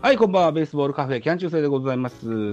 はい、こんばんは。ベースボールカフェキャン中世でございます。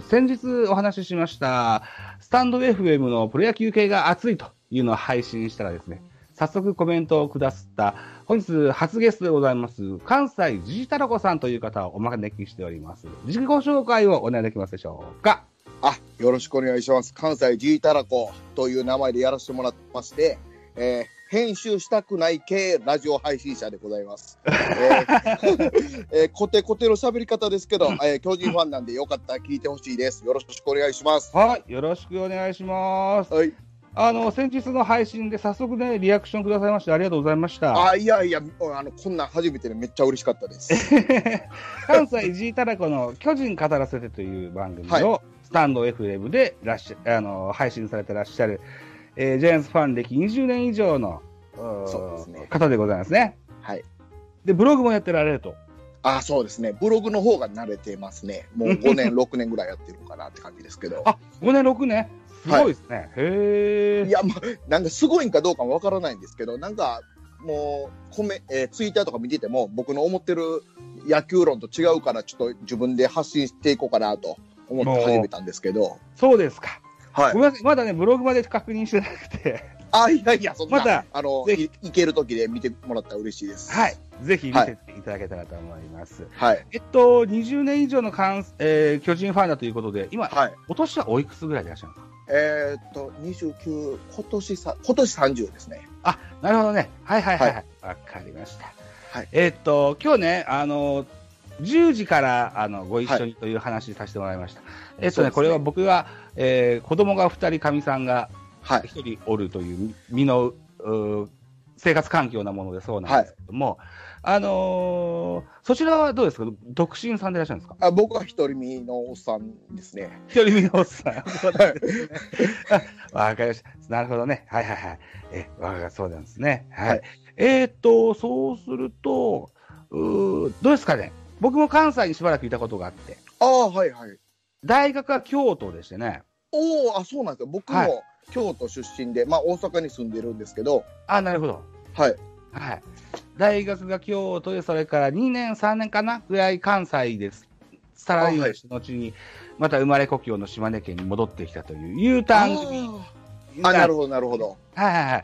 先日お話ししました、スタンド FM のプロ野球系が熱いというのを配信したらですね、早速コメントをくださった、本日初ゲストでございます、関西ジジタラコさんという方をお招きしております。自己紹介をお願いできますでしょうか。 よろしくお願いします。関西ジジタラコという名前でやらせてもらってまして、編集したくない系ラジオ配信者でございます。コテコテの喋り方ですけど、巨人ファンなんでよかったら聞いてほしいです。よろしくお願いします。 はい、よろしくお願いします。はい。先日の配信で早速ね、リアクションくださいましてありがとうございました。 いや、こんなん初めてでめっちゃ嬉しかったです。 関西ジータラコの巨人語らせてという番組をスタンド FM で配信されてらっしゃる、ジャイアンツファン歴20年以上のそうですね、 方でございますね。 はい。 で、ブログもやってられると。 そうですね。ブログの方が慣れてますね。もう5年、6年ぐらいやってるかなって感じですけど。 5年、6年すごいですね。はい、へー。 いや、なんかすごいんかどうかもわからないんですけど、なんかもうツイッターとか見てても、僕の思ってる野球論と違うから、ちょっと自分で発信していこうかなと思って始めたんですけど。 そうですか。 はい。 ごめんなさい、まだね、ブログまで確認してなくて。 いや、そんな、また行ける時で見てもらったら嬉しいです。 はい。ぜひ見ていただけたらと思います。 はい。 20年以上の巨人ファンだということで、今、 はい、 お年はおいくつぐらいでいらっしゃるんですか ？29、今年30ですね。 なるほどね。はい。わかりました。 はい。 今日ね、10時からご一緒にという話させてもらいました。これは僕が、子供が2人、かみさんが1人おるという身の生活環境なものでそうなんですけども、そちらはどうですか？独身さんでいらっしゃるんですか？ 僕は一人身のおっさんですね。 一人身のおっさん。わかりました。なるほどね。はい。そうなんですね。はい。そうすると、どうですかね。僕も関西にしばらくいたことがあって。 はい。 大学は京都でしてね。 そうなんですよ。僕も京都出身で、大阪に住んでるんですけど。 なるほど。 はい。 大学が京都で、それから2年、3年かなぐらい関西です。さらに後に、また生まれ故郷の島根県に戻ってきたという U ターン組。 なるほど。 はい。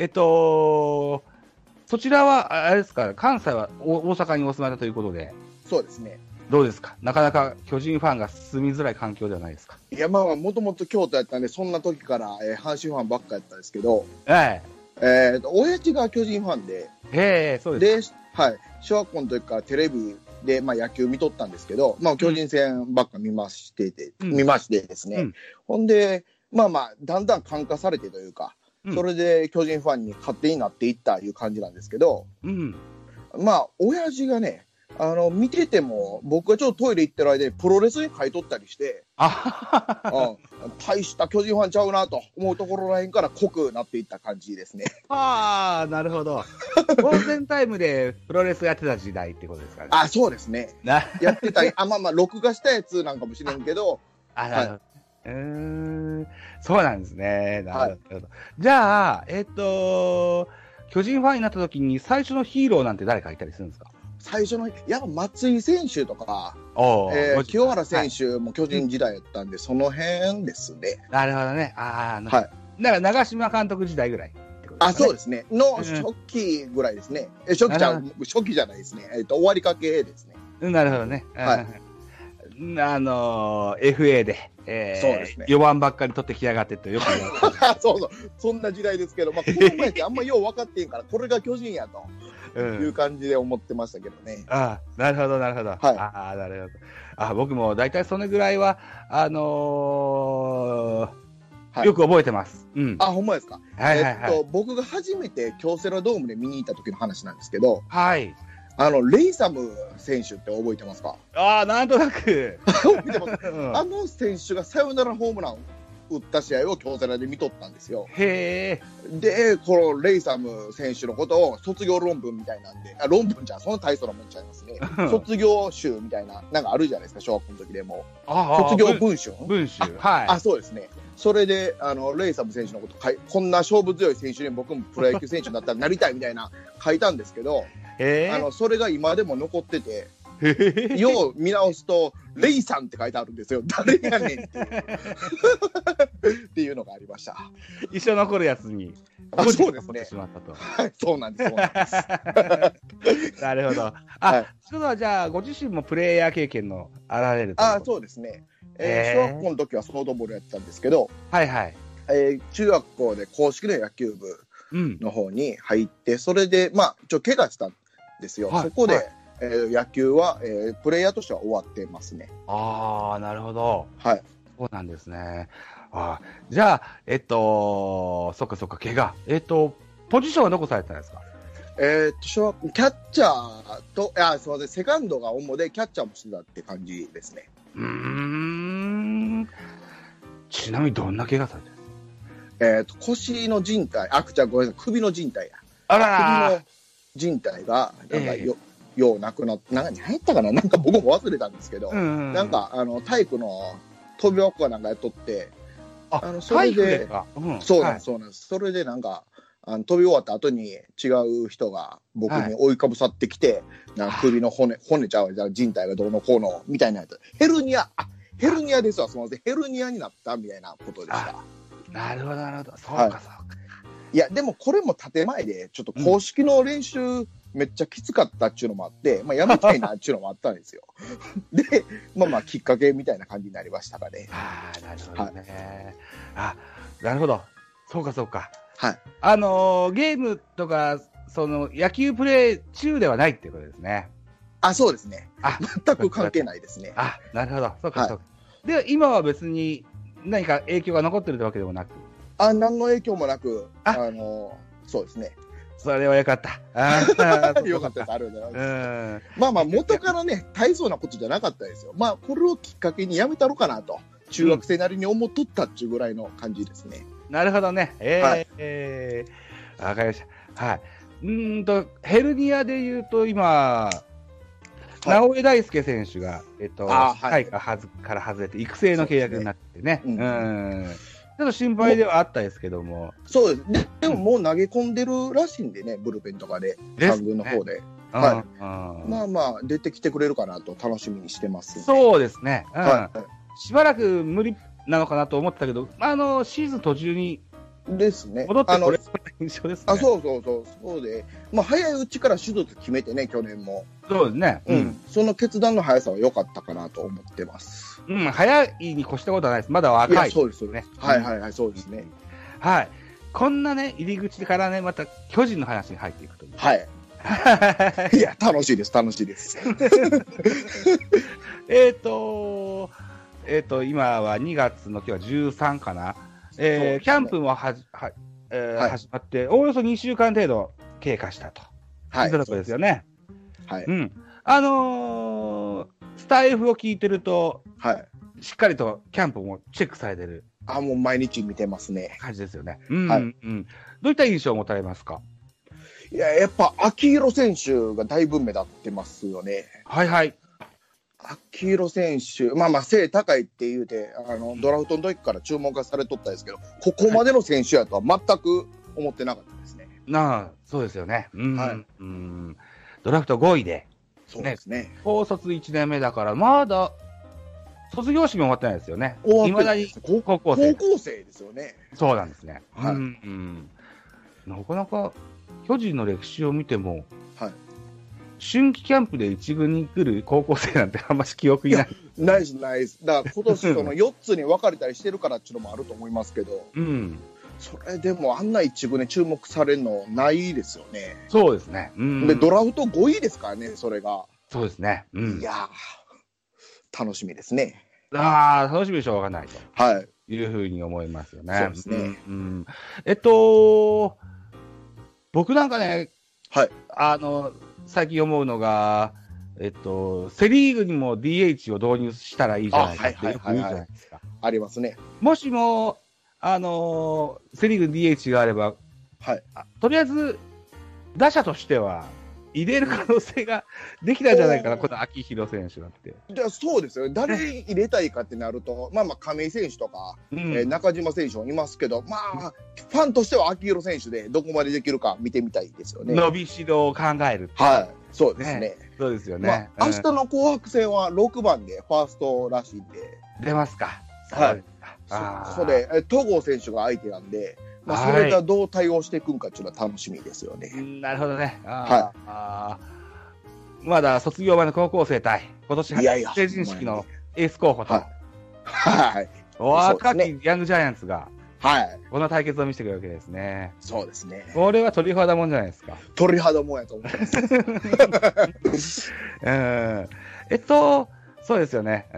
そちらは、あれですか、関西は大阪にお住まいだということで。 そうですね。 どうですか？なかなか巨人ファンが住みづらい環境ではないですか？ いや、もともと京都やったんで、そんな時から、阪神ファンばっかやったんですけど、親父が巨人ファンで、 そうです。 小学校の時からテレビで、野球見とったんですけど、巨人戦ばっか見ましてですね、ほんで、だんだん感化されてというか、それで巨人ファンに勝手になっていったいう感じなんですけど、親父がね、見てても、僕がちょっとトイレ行ってる間にプロレスに書いとったりして、大した巨人ファンちゃうなと思うところらへんから濃くなっていった感じですね。 なるほど。ゴールデンタイムでプロレスやってた時代ってことですかね。 そうですね。やってたり、録画したやつなんかもしれんけど。 なるほど。そうなんですね。なるほど。じゃあ、巨人ファンになった時に最初のヒーローなんて誰かいたりするんですか？ 最初の、やっぱ松井選手とか、清原選手も巨人時代やったんで、その辺ですね。 なるほどね。だから長嶋監督時代ぐらいってことですかね。 そうですね。の初期ぐらいですね。初期じゃないですね。終わりかけですね。 なるほどね。FA で、 そうですね。 4番ばっかり取ってきやがってとよく言われて。 そう。そんな時代ですけど、この前ってあんまよう分かってんから、これが巨人やと。いう感じで思ってましたけどね。 なるほど。なるほど。僕も大体それぐらいは、よく覚えてます。 ほんまですか。僕が初めて京セラドームで見に行った時の話なんですけど、レイサム選手って覚えてますか？ なんとなく。 覚えてます。選手がサヨナラホームラン打った試合を京セラで見とったんですよ。で、このレイサム選手のことを卒業論文みたいなんで、論文じゃん、そんな大層なもんちゃいますね。卒業集みたいな、なんかあるじゃないですか、小学校の時でも。卒業文集。そうですね。それで、レイサム選手のことこんな勝負強い選手に僕もプロ野球選手になったらなりたいみたいな書いたんですけど、それが今でも残ってて、 よう見直すと、レイさんって書いてあるんですよ。誰やねんっていうっていうのがありました。 一生残るやつに、 そうですね。 しまったと。 はい、そうなんです。そうなんです。 なるほど。それはじゃあ、ご自身もプレイヤー経験のあられるということ。 そうですね。小学校の時はソードボールやってたんですけど、 はいはい。 中学校で公式の野球部の方に入って、それで、怪我したんですよ。そこで、野球は、プレイヤーとしては終わってますね。 なるほど。 はい。 そうなんですね。じゃあ、そっかそっか、怪我。ポジションはどこされてたんですか？ キャッチャーと、すいません、セカンドが主で、キャッチャーもしてたって感じですね。 ちなみにどんな怪我されてるんですか？ 腰の靭帯、じゃあごめんなさい、首の靭帯や。首の靭帯が、なんかようなくなって、何やったかな、なんか僕も忘れたんですけど、なんか、体育の飛び箱かなんかやっとって、それで、そうなんです、そうなんです。それでなんか、飛び終わった後に違う人が僕に追いかぶさってきて、なんか首の骨ちゃうわ、靭帯がどうのこうの、みたいなやつ。ヘルニアですわ、すみません。ヘルニアになったみたいなことでした。 なるほど、なるほど。そうか、そうか。 いや、でもこれも建前で、ちょっと公式の練習、めっちゃきつかったっていうのもあって、やめたいなっていうのもあったんですよ。で、きっかけみたいな感じになりましたかね。 なるほどね。なるほど。そうか、そうか。 はい。 ゲームとか、野球プレイ中ではないっていうことですね。 そうですね。全く関係ないですね。 なるほど。そうか、そうか。で、今は別に何か影響が残ってるわけでもなく。 何の影響もなく、そうですね。 それはよかった。 よかったです。ありがとうございます。元からね、大層なことじゃなかったですよ。これをきっかけにやめたろかなと、中学生なりに思っとったっていうぐらいの感じですね。 なるほどね。わかりました。はい。ヘルニアで言うと、今、直江大輔選手が、はいから外れて、育成の契約になってね。ちょっと心配ではあったですけども。 そうです。でももう投げ込んでるらしいんでね、ブルペンとかで、3軍の方で。出てきてくれるかなと楽しみにしてます。 そうですね。しばらく無理なのかなと思ったけど、シーズン途中にですね。 戻ってこれそうな印象ですね。 そうで、早いうちから手術決めてね、去年も。 そうですね。 その決断の速さは良かったかなと思ってます。 早いに越したことはないです。まだ若い。 そうですね。そうですね。 はい。こんなね、入り口からね、また巨人の話に入っていくという。 はい。いや、楽しいです、楽しいです。 今は2月の今日は13かな。キャンプも始まって、おおよそ2週間程度経過したと。いうところですよね。 はい。 スタイフを聞いてると、しっかりとキャンプもチェックされてる。 もう毎日見てますね。 感じですよね。どういった印象を持たれますか？ いや、やっぱ、秋広選手がだいぶ目立ってますよね。 はいはい。 秋広選手、背高いって言うて、ドラフトの時から注目がされとったんですけど、ここまでの選手やとは全く思ってなかったですね。 そうですよね。ドラフト5位で。 そうですね。 高卒1年目だから、まだ、卒業式も終わってないですよね。 いまだに高校生ですよね。 そうなんですね。なかなか、巨人の歴史を見ても、春季キャンプで1軍に来る高校生なんてあんまし記憶にない。 ないです。だから今年その4つに分かれたりしてるからっていうのもあると思いますけど、それでもあんな1軍で注目されるのないですよね。 そうですね。 で、ドラフト5位ですからね、それが。 そうですね。 いやー、楽しみですね。 楽しみでしょうがないと。いうふうに思いますよね。 そうですね。 僕なんかね、最近思うのが、セリーグにも DH を導入したらいいじゃないかってよく言うじゃないですか。 ありますね。 もしも、セリーグに DH があれば、とりあえず、打者としては、 入れる可能性ができたんじゃないかな、この秋広選手だって。 そうですよ、誰入れたいかってなると、まあまあ亀井選手とか、中島選手もいますけど、まあ、ファンとしては秋広選手でどこまでできるか見てみたいですよね。 伸びしろを考える。 はい、そうですね。 そうですよね。 明日の紅白戦は6番でファーストらしいんで。 出ますか。 はい。そこで戸郷選手が相手なんで、まあ、それがどう対応していくんかっていうのは楽しみですよね。 なるほどね。まだ卒業前の高校生対、今年成人式のエース候補と、若きヤングジャイアンツが、この対決を見せてくるわけですね。 そうですね。 これは鳥肌もんじゃないですか。 鳥肌もんやと思います。 そうですよね。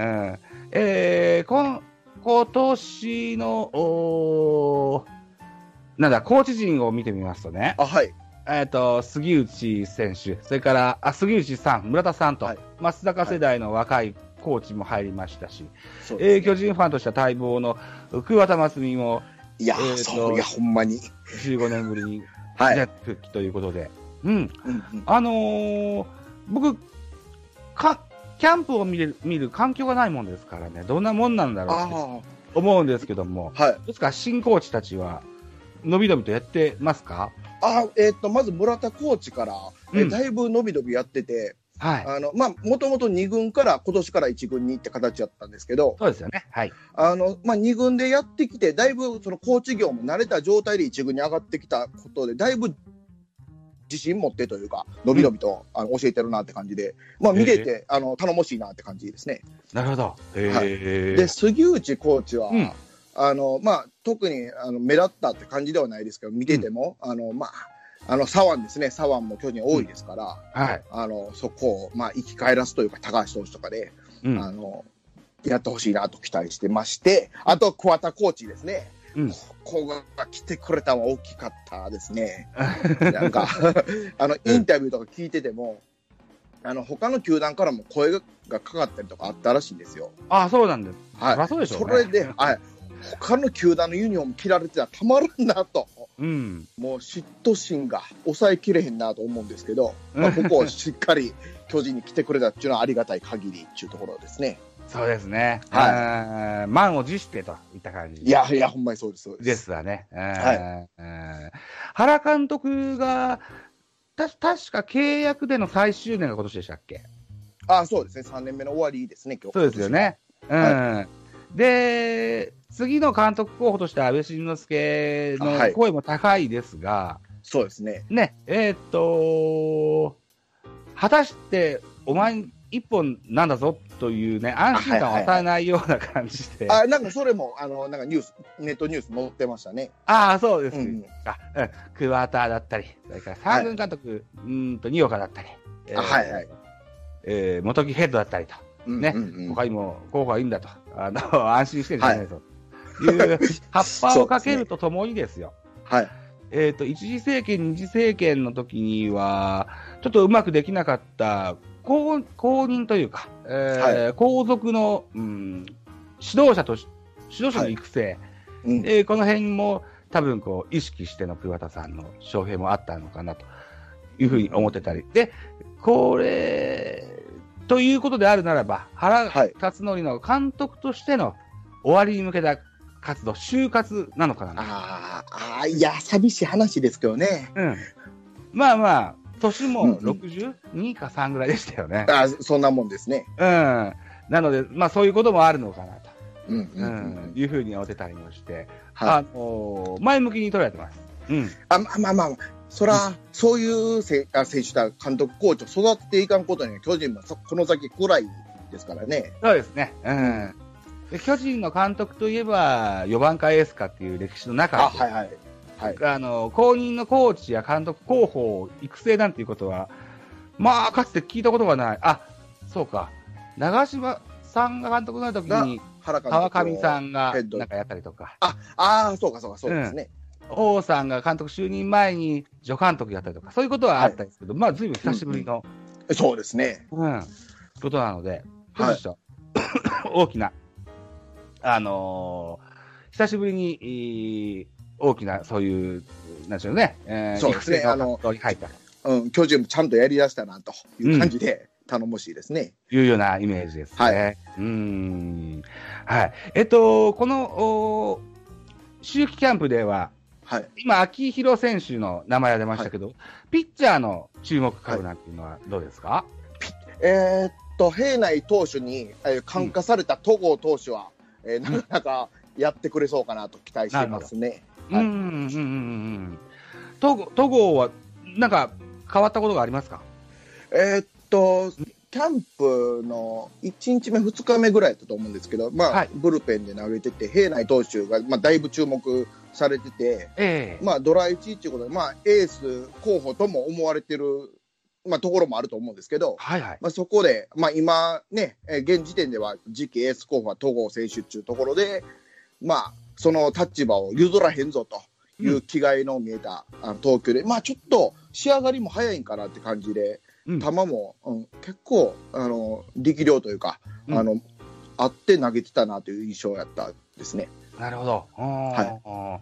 今年の、コーチ陣を見てみますとね。杉内選手、それから、杉内さん、村田さんと、松坂世代の若いコーチも入りましたし、巨人ファンとしては待望の桑田真澄も、 ほんまに。 15年ぶりに、復帰ということで。僕、キャンプを見る環境がないもんですからね、どんなもんなんだろうって思うんですけども、どうですか、新コーチたちは、のびのびとやってますか？ まず村田コーチから、だいぶのびのびやってて、もともと2軍から今年から1軍にって形だったんですけど、 そうですよね。 2軍でやってきて、だいぶそのコーチ業も慣れた状態で1軍に上がってきたことで、だいぶ自信持ってというか、のびのびと、教えてるなって感じで、見てて、頼もしいなって感じですね。 なるほど。 で、杉内コーチは、特に目立ったって感じではないですけど、見てても、左腕ですね、左腕も巨人多いですから、そこを、生き返らすというか、高橋投手とかで、やってほしいなと期待してまして、あと、桑田コーチですね。ここが来てくれたのは大きかったですね。なんかインタビューとか聞いてても、他の球団からも声がかかったりとかあったらしいんですよ。 そうなんです。そうでしょうね。 それで、他の球団のユニフォーム着られてたらたまらんなと。もう嫉妬心が抑えきれへんなと思うんですけど、ここをしっかり巨人に来てくれたっていうのはありがたい限りっていうところですね。 そうですね。満を持してといった感じ。 いや、ほんまにそうです。 ですわね。原監督が、確か契約での最終年が今年でしたっけ？ そうですね。3年目の終わりですね、今日。 そうですよね。で、次の監督候補として安倍晋之助の声も高いですが、 そうですね。 果たして、お前一本なんだぞというね、安心感を与えないような感じで。 なんかそれも、なんかネットニュース載ってましたね。 そうですか。桑田だったり、それから三軍監督、二岡だったり、元木ヘッドだったりと、他にも候補はいいんだと、安心してるじゃないという、葉っぱをかけるとともにですよ。一次政権、二次政権の時には、ちょっとうまくできなかった、公認というか、皇族の、指導者の育成、この辺も多分意識しての桑田さんの招聘もあったのかなというふうに思ってたり。で、これ、ということであるならば、原辰徳の監督としての終わりに向けた活動、就活なのかな。 いや、寂しい話ですけどね。 年も62か3ぐらいでしたよね。 そんなもんですね。 なので、そういうこともあるのかなというふうに思ってたりもして、前向きに捉えてます。 そら、そういう選手だ、監督、コーチを育てていかんことには、巨人もこの先暗いですからね。 そうですね。で巨人の監督といえば、4番かエースかっていう歴史の中で、公認のコーチや監督候補を育成なんていうことは、かつて聞いたことがない。そうか。長嶋さんが監督の時に、川上さんがなんかやったりとか。 そうですね。 王さんが監督就任前に助監督やったりとか、そういうことはあったんですけど、ずいぶん久しぶりの、 そうですね。 ことなので、大きな、久しぶりに、大きな、そういう、なんでしょうね、 そうですね。 巨人もちゃんとやりだしたなという感じで、頼もしいですね。 いうようなイメージですね。はい。はい。この、秋季キャンプでは、はい、今、秋広選手の名前が出ましたけど、はい、ピッチャーの注目株なんていうのはどうですか？ 平内投手に感化された戸郷投手は、なかなかやってくれそうかなと期待してますね。 戸郷は、なんか変わったことがありますか？ キャンプの1日目、2日目ぐらいだったと思うんですけど、まあ、はい、ブルペンで投げてて、平内投手が、まあ、だいぶ注目されてて、まあ、ドラ1ということで、まあ、エース候補とも思われてる、まあ、ところもあると思うんですけど、はいはい、まあ、そこで、まあ、今ね、現時点では次期エース候補は戸郷選手っていうところで、まあ、その立場を譲らへんぞという気概の見えた、投球で、まあ、ちょっと仕上がりも早いんかなって感じで、球も、結構力量というか、あって投げてたなという印象やったですね。 なるほど。はい、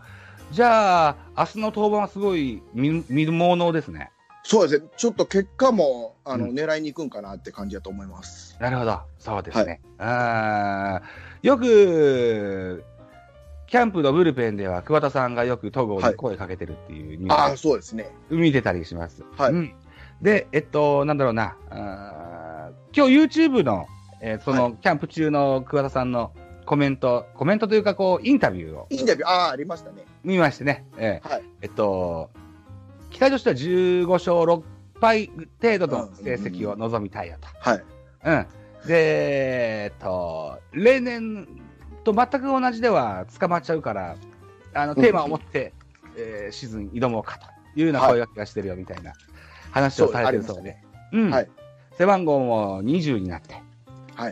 じゃあ明日の登板はすごい見るものですね。 そうですね。ちょっと結果も狙いに行くんかなって感じだと思います。 なるほど。そうですね。はい、よくキャンプのブルペンでは桑田さんがよく戸郷に声かけてるっていうニュース、 そうですね。 見てたりします。はい。で、なんだろうな、今日 YouTube の、その、キャンプ中の桑田さんのコメントというか、こう、インタビューを。 ありましたね。 見ましてね。はい。期待としては15勝6敗程度の成績を望みたいよと。はい。で、例年と全く同じでは捕まっちゃうから、テーマを持って、シーズン挑もうかというような声掛けがしてるよみたいな。話をされてるそうで、はい、背番号も20になって、はい、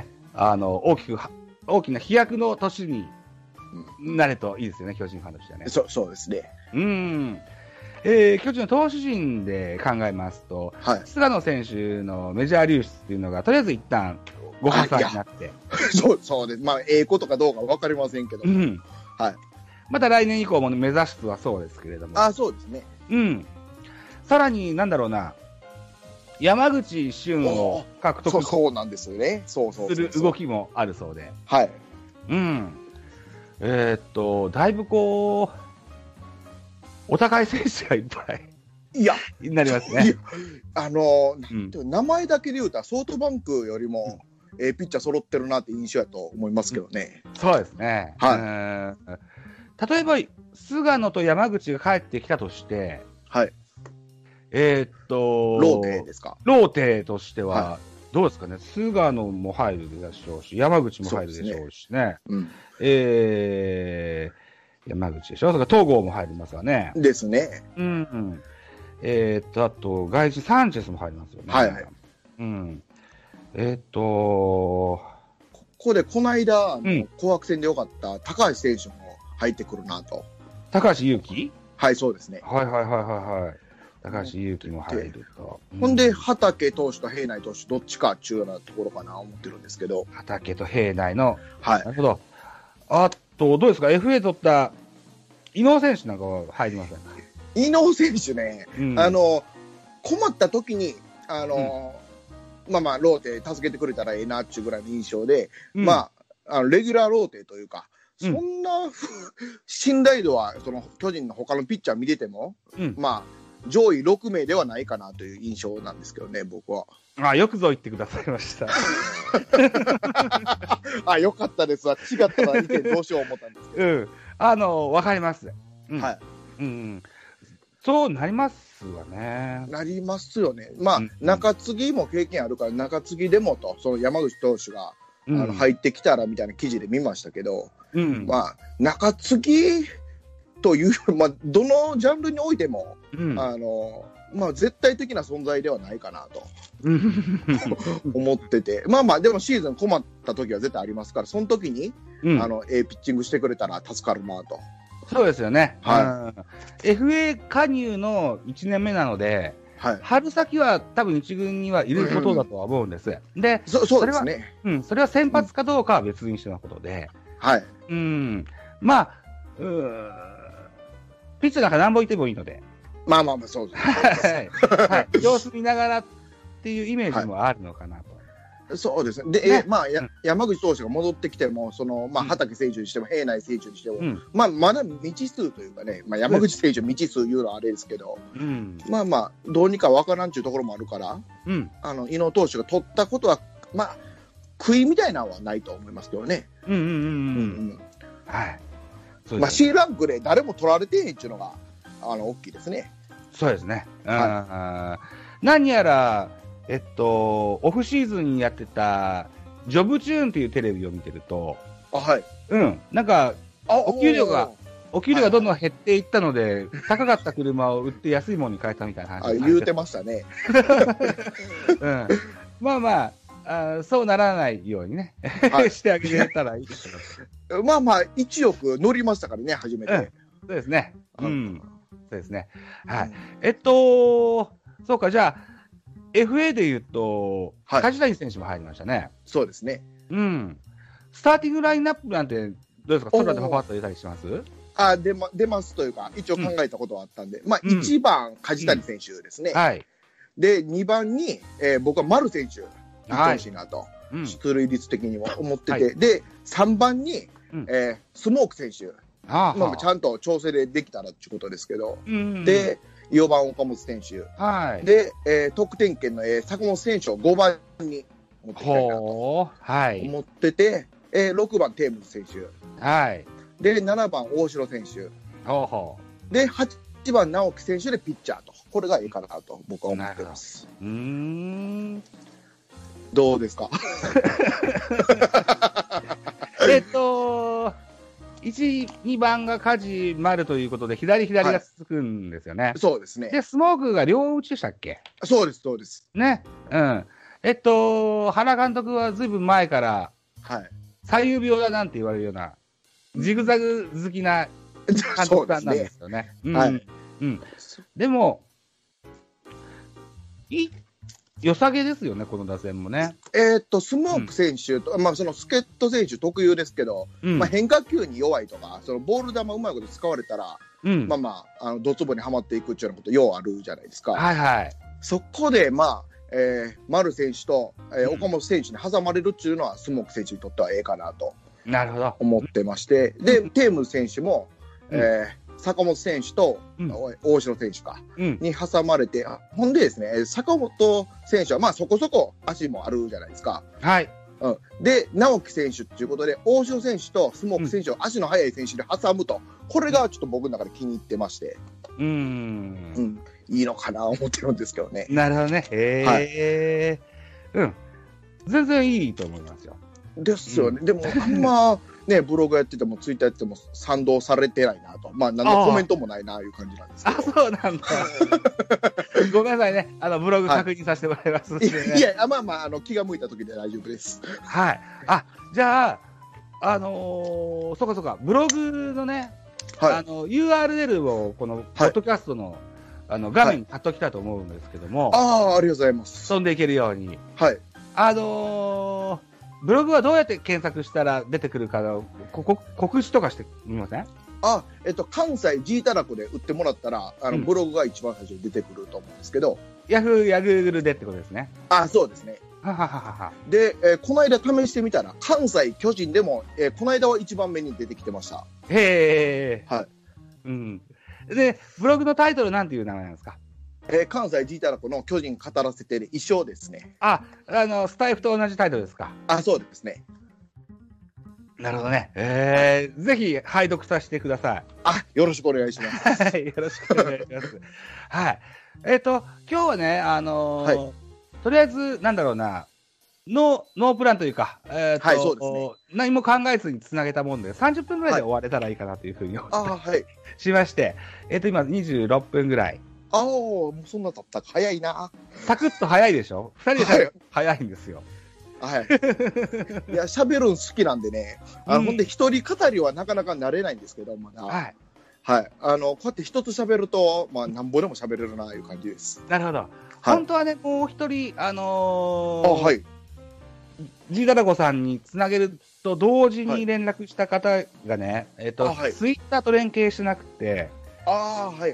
大きな飛躍の年になれといいですよね、巨人ファンとしてはね。 そうですね。 巨人の投手陣で考えますと、はい、菅野選手のメジャー流出っていうのが、とりあえず一旦ご破産になって。 そうです。まあ、ことかどうか分かりませんけど、はい。 また来年以降も目指すはそうですけれども。 そうですね。 さらに、なんだろうな、山口俊を獲得そうなんですよね。する動きもあるそうで。 はい。 だいぶこう、お互い選手がいっぱいになりますね。 名前だけで言うと、ソフトバンクよりも、ピッチャー揃ってるなって印象やと思いますけどね。 そうですね。はい。例えば、菅野と山口が帰ってきたとして、はい。ローテですか。 ローテとしては、どうですかね。菅野も入るでしょうし、山口も入るでしょうしね。山口でしょ。それから東郷も入りますわね。 ですね。 あと、外人サンチェスも入りますよね。はいはい。 ここで、この間、紅白戦でよかった高橋選手も入ってくるなと。 高橋優貴？ はい、そうですね。 はい。高橋優貴も入ると。 ほんで、畠投手と平内投手、どっちか中ようなところかな、思ってるんですけど。 畠と平内の。はい。なるほど。あと、どうですか ?FA 取った伊能選手なんかは入りませんか？ 伊能選手ね、困った時に、ローテ助けてくれたらええなっていうぐらいの印象で、レギュラーローテというか、そんな信頼度は、その巨人の他のピッチャー見てても、上位6名ではないかなという印象なんですけどね、僕は。 よくぞ言ってくださいました。 よかったですわ。違ったら意見どうしよう思ったんですけど。わかります。はい。そうなりますわね。 なりますよね。中継ぎも経験あるから、中継ぎでもと、その山口投手が、入ってきたらみたいな記事で見ましたけど、中継ぎというより、どのジャンルにおいても、絶対的な存在ではないかなと思ってて、でもシーズン困った時は絶対ありますから、その時に、ピッチングしてくれたら助かるなと。 そうですよね。FA 加入の1年目なので、春先は多分一軍にはいることだとは思うんです。で、 そうですね。 それは先発かどうかは別にしてのことで、ピッチャーなんか何本いてもいいので、 まあまあまあ、そうです。 はい。様子見ながらっていうイメージもあるのかなと。 そうですね。で、まあ、山口投手が戻ってきても、まあ、畠選手にしても、平内選手にしても、まあ、まだ未知数というかね、まあ、山口選手未知数言うのはあれですけど、まあまあ、どうにかわからんっていうところもあるから、伊野投手が取ったことは、まあ、悔いみたいなのはないと思いますけどね。 はい。 まあ、C ランクで誰も取られてへんっていうのが、大きいですね。 そうですね。何やら、オフシーズンにやってた、ジョブチューンというテレビを見てると、なんか、お給料がどんどん減っていったので、高かった車を売って安いものに変えたみたいな話。 言うてましたね。 まあまあ、そうならないようにね、してあげれたらいいですけど。 まあまあ、1億乗りましたからね、初めて。 そうですね。そうですね。はい。そうか、じゃあ、FA で言うと、梶谷選手も入りましたね。 そうですね。 スターティングラインナップなんて、どうですか、空でパパッと入れたりします？ 出ますというか、一応考えたことはあったんで、まあ、1番、梶谷選手ですね。で、2番に、僕は丸選手、いってほしいなと、出塁率的にも思ってて、で、3番に、スモーク選手、ちゃんと調整でできたらっていうことですけど、で、4番岡本選手、で、得点圏の、坂本選手を5番に持ってきたいなと思ってて、6番テームズ選手、で7番大城選手、で8番直樹選手でピッチャーと、これがいいかなと僕は思ってます。どうですか？ 1、2番が梶丸ということで、左が続くんですよね。 そうですね。 で、スモークが両打ちでしたっけ？ そうです、そうです。 ね。原監督はずいぶん前から、左右病だなんて言われるような、ジグザグ好きな監督さんなんですよね。でも、良さげですよね、この打線もね。 スモーク選手と、まあ、その助っ人選手特有ですけど、まあ、変化球に弱いとか、そのボール球うまいこと使われたら、まあまあ、ドツボにはまっていくっていうようなこと、ようあるじゃないですか。そこで、まあ、丸選手と、岡本選手に挟まれるっていうのは、スモーク選手にとってはええかなと思ってまして、で、テーム選手も、坂本選手と大城選手に挟まれて、ほんでですね、坂本選手はまあそこそこ足もあるじゃないですか。で、直樹選手ということで、大城選手とスモーク選手を足の速い選手で挟むと、これがちょっと僕の中で気に入ってまして、いいのかな思ってるんですけどね。 なるほどね。全然いいと思いますよ。 ですよね。でも、あんま、ね、ブログやってても、ツイッターやってても、賛同されてないなと。まあ、何のコメントもないな、いう感じなんですけど。 そうなんだ。ごめんなさいね。ブログ確認させてもらいます。 いや、まあまあ、気が向いた時で大丈夫です。 じゃあ、そうか、ブログのね、URL を、この、ポッドキャストの、画面に貼っときたいと思うんですけども。 ありがとうございます。 飛んでいけるように。ブログはどうやって検索したら出てくるかの告知とかしてみません？ 関西 G たらこで売ってもらったら、ブログが一番最初に出てくると思うんですけど。 ヤフーやグーグルでってことですね。 そうですね。で、この間試してみたら、関西巨人でも、この間は一番目に出てきてました。 で、ブログのタイトルなんていう名前なんですか？ 関西 G たらこの巨人語らせてる一生ですね。 スタイフと同じタイトルですか？ そうですね。 なるほどね。ぜひ拝読させてください。よろしくお願いします。 よろしくお願いします。今日はね、とりあえず、なんだろうな、ノープランというか、 そうですね。 何も考えずにつなげたもんで、30分ぐらいで終われたらいいかなというふうに思ってしまして、今26分ぐらい。 もうそんな経ったか早いな。 サクッと早いでしょ？2人で早いんですよ。 いや、喋るん好きなんでね、ほんで一人語りはなかなか慣れないんですけど、まだ。こうやって一つ喋ると、まあ、なんぼでも喋れるな、いう感じです。 なるほど。本当はね、もう一人、G ダラゴさんにつなげると同時に連絡した方がね、ツイッターと連携してなくて、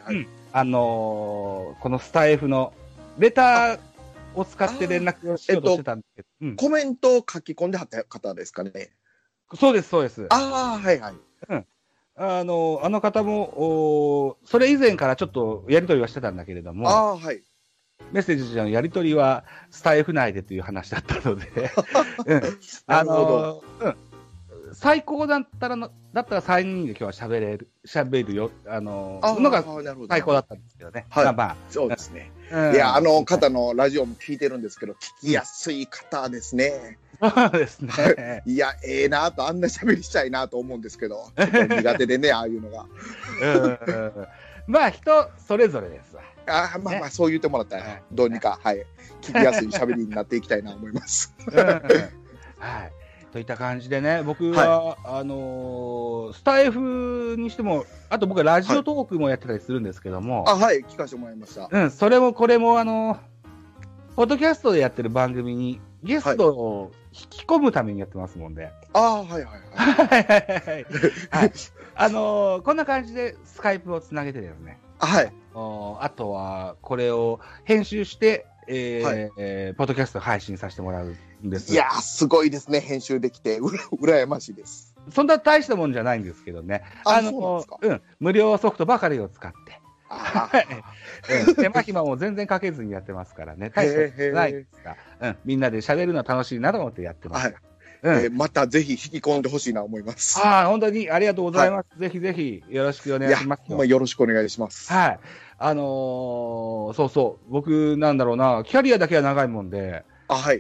このスタイフのレターを使って連絡をしようとしてたんですけど、 コメントを書き込んではった方ですかね。 そうです、そうです。 ああ、はいはい。 あの方も、それ以前からちょっとやりとりはしてたんだけれども、 はい。 メッセージのやりとりはスタイフ内でという話だったので、 なるほど。 最高だったら3人で今日は喋るよ、のが最高だったんですけどね。 はい。 まあ、 そうですね。いや、あの方のラジオも聞いてるんですけど、聞きやすい方ですね。 そうですね。 いや、なと、あんな喋りしたいなと思うんですけど、ちょっと苦手でね、ああいうのが。 まあ、人それぞれですわ。 まあまあ、そう言ってもらったら、どうにか、はい、聞きやすい喋りになっていきたいなと思います。 はい。といった感じでね、僕は、スタイフにしても、あと僕はラジオトークもやってたりするんですけども。 はい、聞かせてもらいました。 それもこれも、ポッドキャストでやってる番組にゲストを引き込むためにやってますもんで。 はいはいはい。 はい。こんな感じでスカイプをつなげてですね。 はい。 あとは、これを編集して、ポッドキャスト配信させてもらうんです。 いやー、すごいですね。編集できて、羨ましいです。 そんな大したもんじゃないんですけどね。無料ソフトばかりを使って。手間暇も全然かけずにやってますからね。大したないですが、みんなで喋るの楽しいなと思ってやってます。 またぜひ引き込んでほしいなと思います。 本当にありがとうございます。ぜひぜひよろしくお願いします。 よろしくお願いします。 はい。そうそう。僕なんだろうな、キャリアだけは長いもんで、 はい。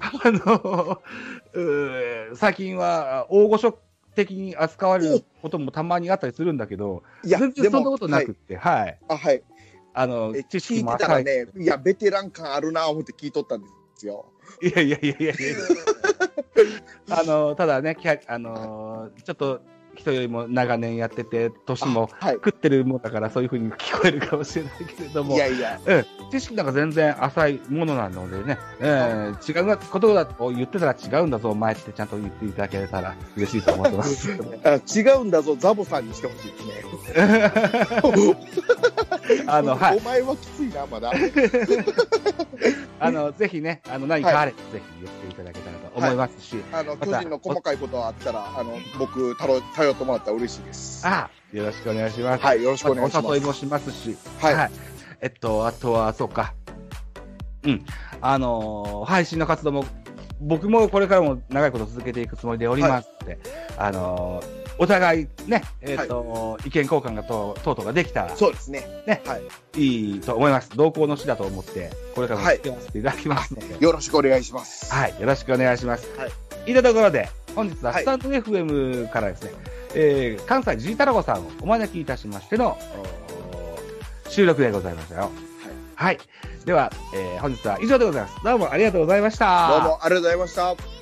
最近は大御所的に扱われることもたまにあったりするんだけど、全然そんなことなくって、はい。 はい。 知識も浅い。聞いてたらね、いや、ベテラン感あるなと思って聞いとったんですよ。 いや。ただね、ちょっと人よりも長年やってて、年も食ってるもんだから、そういうふうに聞こえるかもしれないけれども、知識なんか全然浅いものなのでね、違うことだと言ってたら違うんだぞ、お前ってちゃんと言っていただけたら嬉しいと思ってます。 違うんだぞ、ザボさんにしてほしいですね。はい。お前はきついな、まだ。 ぜひね、何かあれば、ぜひ言っていただけたらと思いますし。 巨人の細かいことがあったら、僕、頼ってもらったら嬉しいです。 よろしくお願いします。 はい、よろしくお願いします。 お誘いもしますし。 はい。 あとは、そうか。配信の活動も、僕もこれからも長いこと続けていくつもりでおりますので、お互いね、意見交換が等々ができたら、 そうですね。 いいと思います。同行の師だと思って、これからも付き合わせていただきますので。 よろしくお願いします。 はい、よろしくお願いします。いったところで、本日はスタンド FM からですね、関西ジータラゴさんをお招きいたしましての収録でございましたよ。はい。では、本日は以上でございます。どうもありがとうございました。 どうもありがとうございました。